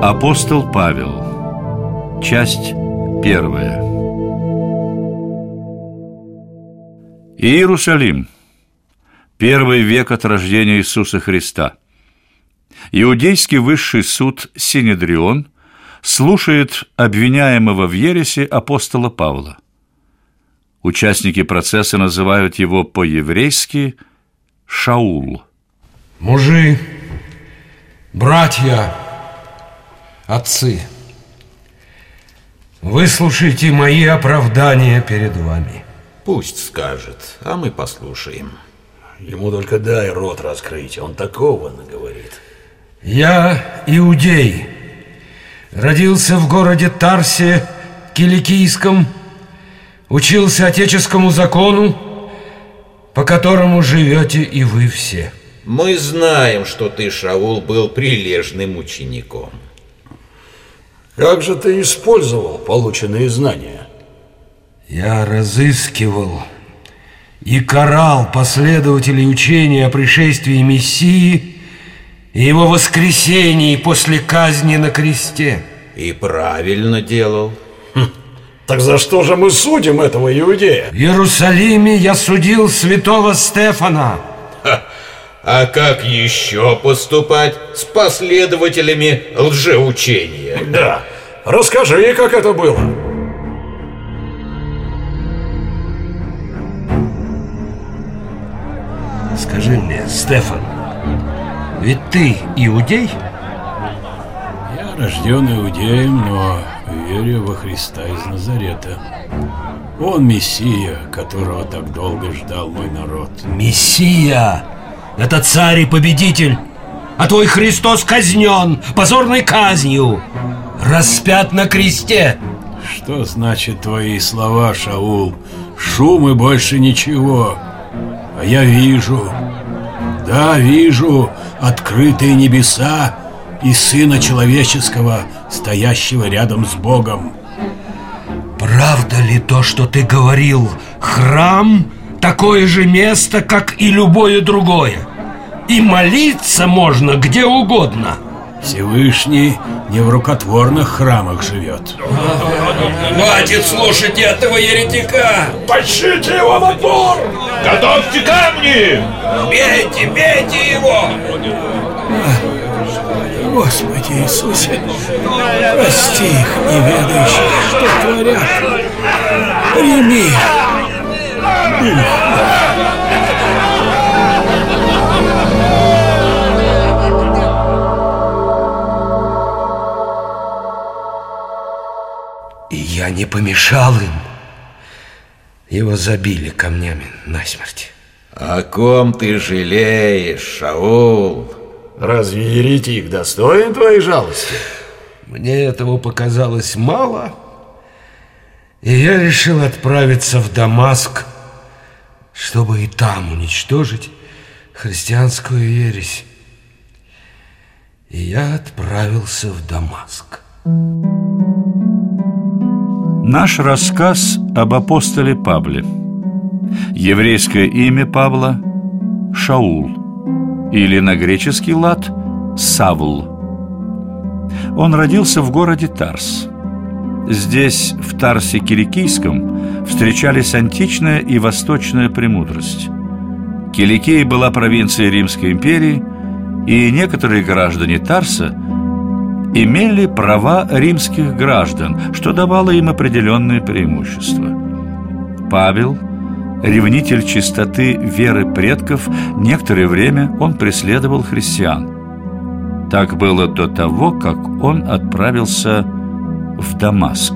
Апостол Павел. Часть 1. Иерусалим. 1 век от рождения Иисуса Христа. Иудейский высший суд Синедрион слушает обвиняемого в ереси апостола Павла. Участники процесса называют его по-еврейски Шаул. Мужи, братья, отцы, выслушайте мои оправдания перед вами. Пусть скажет, а мы послушаем. Ему только дай рот раскрыть, он такого наговорит. Я иудей, родился в городе Тарсе Киликийском, учился отеческому закону, по которому живете и вы все. Мы знаем, что ты, Шаул, был прилежным учеником. Как же ты использовал полученные знания? Я разыскивал и карал последователей учения о пришествии Мессии и его воскресении после казни на кресте. И правильно делал. Так за что же мы судим этого иудея? В Иерусалиме я судил святого Стефана. А как еще поступать с последователями лжеучения? Да, расскажи, как это было. Скажи мне, Стефан, ведь ты иудей? Я рожден иудеем, но верю во Христа из Назарета. Он Мессия, которого так долго ждал мой народ. Мессия! Это царь и победитель, а твой Христос казнен позорной казнью, распят на кресте. Что значит твои слова, Шаул? Шум и больше ничего. А я вижу, да, вижу открытые небеса и Сына Человеческого, стоящего рядом с Богом. Правда ли то, что ты говорил? Храм — такое же место, как и любое другое, и молиться можно где угодно. Всевышний не в рукотворных храмах живет. Хватит слушать этого еретика! Тащите его в отбор! Готовьте камни! Бейте, бейте его! Господи Иисусе, прости их, неведающих, что творят. Прими. И я не помешал им. Его забили камнями насмерть. О ком ты жалеешь, Шаул? Разве еретик достоин твоей жалости? Мне этого показалось мало, и я решил отправиться в Дамаск, чтобы и там уничтожить христианскую ересь. И я отправился в Дамаск. Наш рассказ об апостоле Павле. Еврейское имя Павла – Шаул, или на греческий лад – Савл. Он родился в городе Тарс. Здесь, в Тарсе Киликийском, встречались античная и восточная премудрость. Киликия была провинцией Римской империи, и некоторые граждане Тарса имели права римских граждан, что давало им определенные преимущества. Павел, ревнитель чистоты веры предков, некоторое время он преследовал христиан. Так было до того, как он отправился в Дамаск.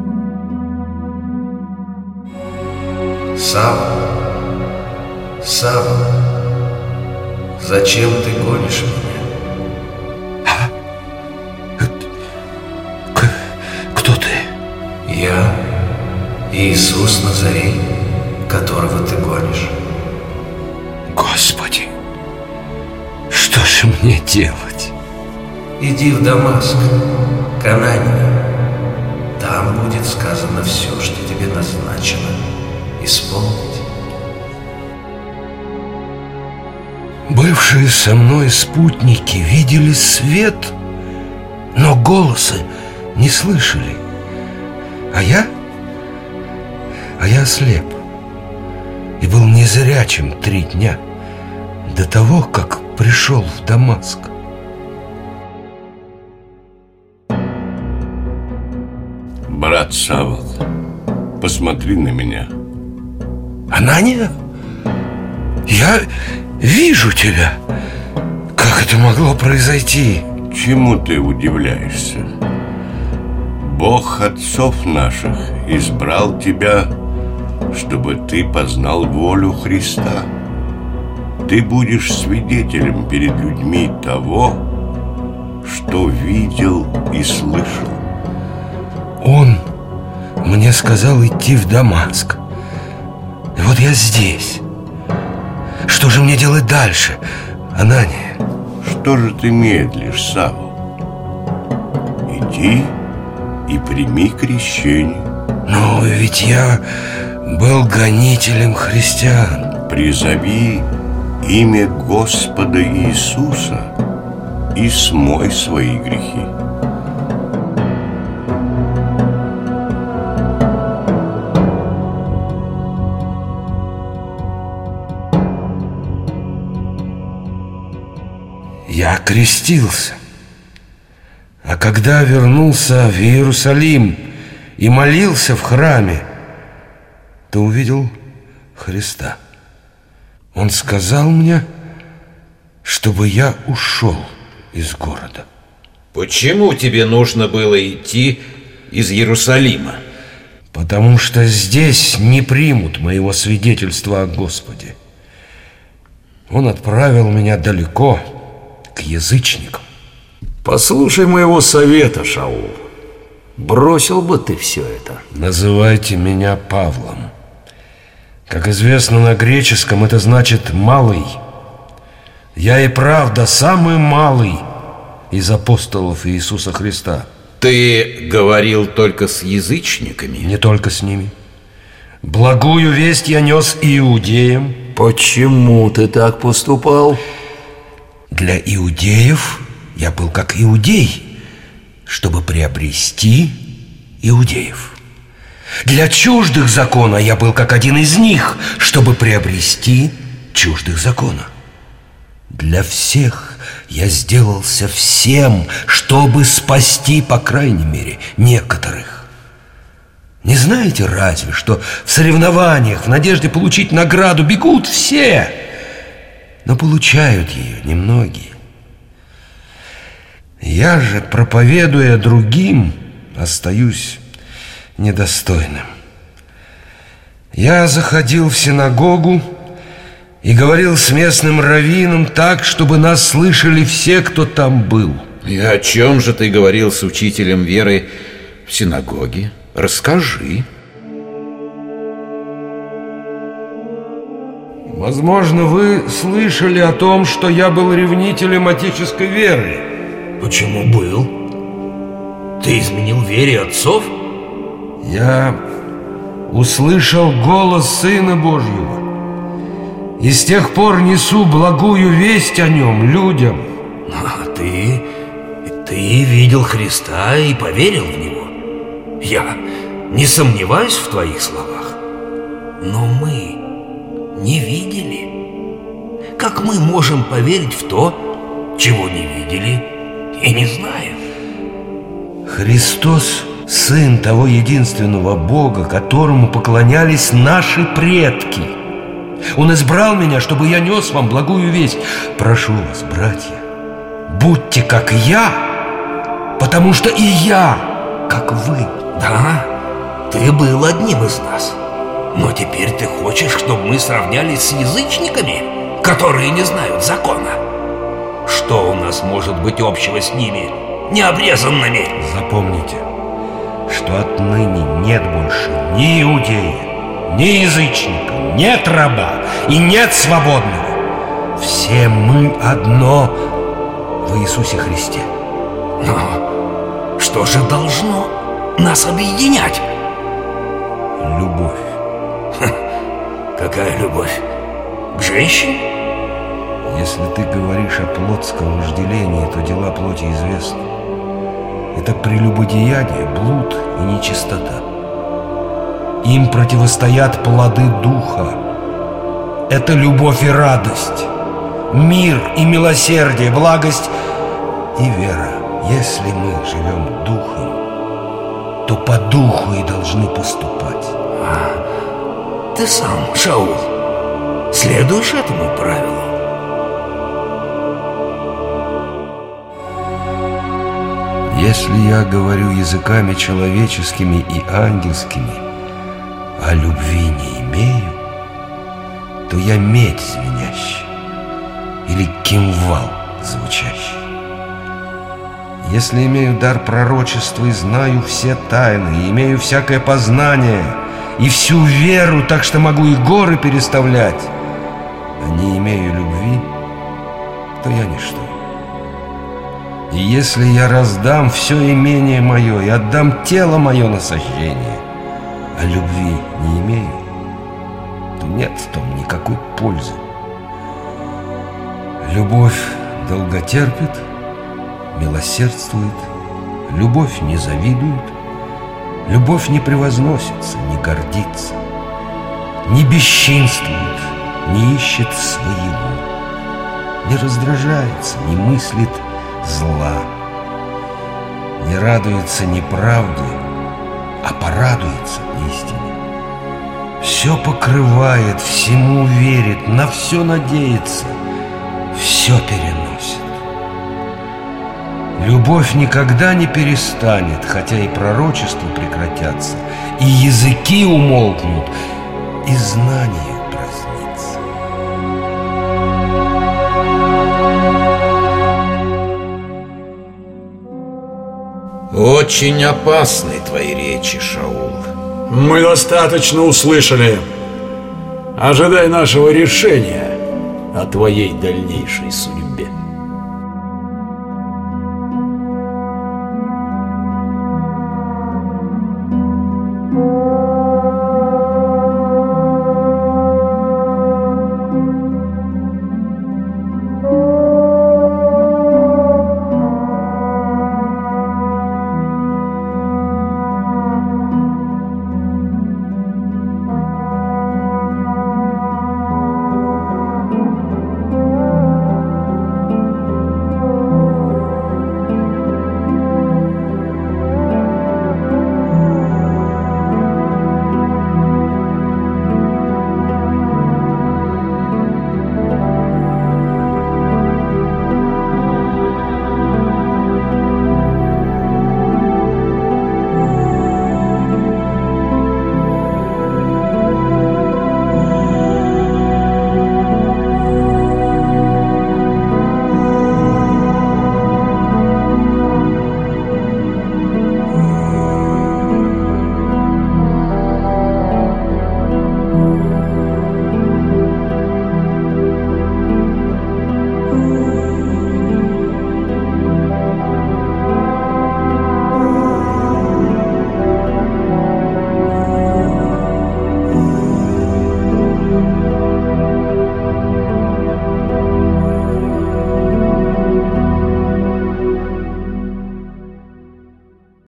Савл, Савл, зачем ты гонишь меня? Кто ты? Я Иисус Назарей, которого ты гонишь. Господи, что же мне делать? Иди в Дамаск, к Анании. Там будет сказано все, что тебе назначено исполнить. Бывшие со мной спутники видели свет, но голоса не слышали. А я ослеп и был незрячим 3 дня до того, как пришел в Дамаск. Брат Савл, посмотри на меня. Анания, я вижу тебя. Как это могло произойти? Чему ты удивляешься? Бог отцов наших избрал тебя, чтобы ты познал волю Христа. Ты будешь свидетелем перед людьми того, что видел и слышал. Он мне сказал идти в Дамаск. И вот я здесь. Что же мне делать дальше, Анания? Что же ты медлишь, Савл? Иди и прими крещение. Но ведь я был гонителем христиан. Призови имя Господа Иисуса и смой свои грехи. Я крестился. А когда вернулся в Иерусалим и молился в храме, то увидел Христа. Он сказал мне, чтобы я ушел из города. Почему тебе нужно было идти из Иерусалима? Потому что здесь не примут моего свидетельства о Господе. Он отправил меня далеко, к язычникам. Послушай моего совета, Шаул. Бросил бы ты все это. Называйте меня Павлом. Как известно, на греческом это значит «малый». Я и правда самый малый из апостолов Иисуса Христа. Ты говорил только с язычниками? Не только с ними. Благую весть я нес иудеям. Почему ты так поступал? Для иудеев я был как иудей, чтобы приобрести иудеев. Для чуждых закона я был как один из них, чтобы приобрести чуждых закона. Для всех я сделался всем, чтобы спасти, по крайней мере, некоторых. Не знаете разве, что в соревнованиях в надежде получить награду бегут все, но получают ее немногие. Я же, проповедуя другим, остаюсь недостойным. Я заходил в синагогу и говорил с местным раввином так, чтобы нас слышали все, кто там был. И о чем же ты говорил с учителем веры в синагоге? Расскажи. Возможно, вы слышали о том, что я был ревнителем отеческой веры. Почему был? Ты изменил вере отцов? Я услышал голос Сына Божьего и с тех пор несу благую весть о Нем людям. А ты видел Христа и поверил в Него. Я не сомневаюсь в твоих словах. Но мы не видели. Как мы можем поверить в то, чего не видели и не знаем? Христос – Сын того единственного Бога, которому поклонялись наши предки. Он избрал меня, чтобы я нес вам благую весть. Прошу вас, братья, будьте как я, потому что и я, как вы. Да, ты был одним из нас. Но теперь ты хочешь, чтобы мы сравнялись с язычниками, которые не знают закона? Что у нас может быть общего с ними, необрезанными? Запомните, что отныне нет больше ни иудея, ни язычника, нет раба и нет свободного. Все мы одно в Иисусе Христе. Но что же должно нас объединять? Любовь. Какая любовь? К женщине? Если ты говоришь о плотском вожделении, то дела плоти известны. это прелюбодеяние, блуд и нечистота. Им противостоят плоды Духа. Это любовь и радость, мир и милосердие, благость и вера. Если мы живем Духом, то по Духу и должны поступать. Ты сам, Шаул, следуешь этому правилу? Если я говорю языками человеческими и ангельскими, а любви не имею, то я медь звенящая или кимвал звучащий. Если имею дар пророчества и знаю все тайны, и имею всякое познание и всю веру, так что могу и горы переставлять, а не имею любви, то я ничто. И если я раздам все имение мое и отдам тело мое на сожжение, а любви не имею, то нет в том никакой пользы. Любовь долготерпит, милосердствует, любовь не завидует, любовь не превозносится, не гордится, не бесчинствует, не ищет своего, не раздражается, не мыслит зла, не радуется неправде, а порадуется истине. Все покрывает, всему верит, на все надеется, все переносит. Любовь никогда не перестанет, хотя и пророчества прекратятся, и языки умолкнут, и знание упразднится. Очень опасны твои речи, Шаул. Мы достаточно услышали. Ожидай нашего решения о твоей дальнейшей судьбе.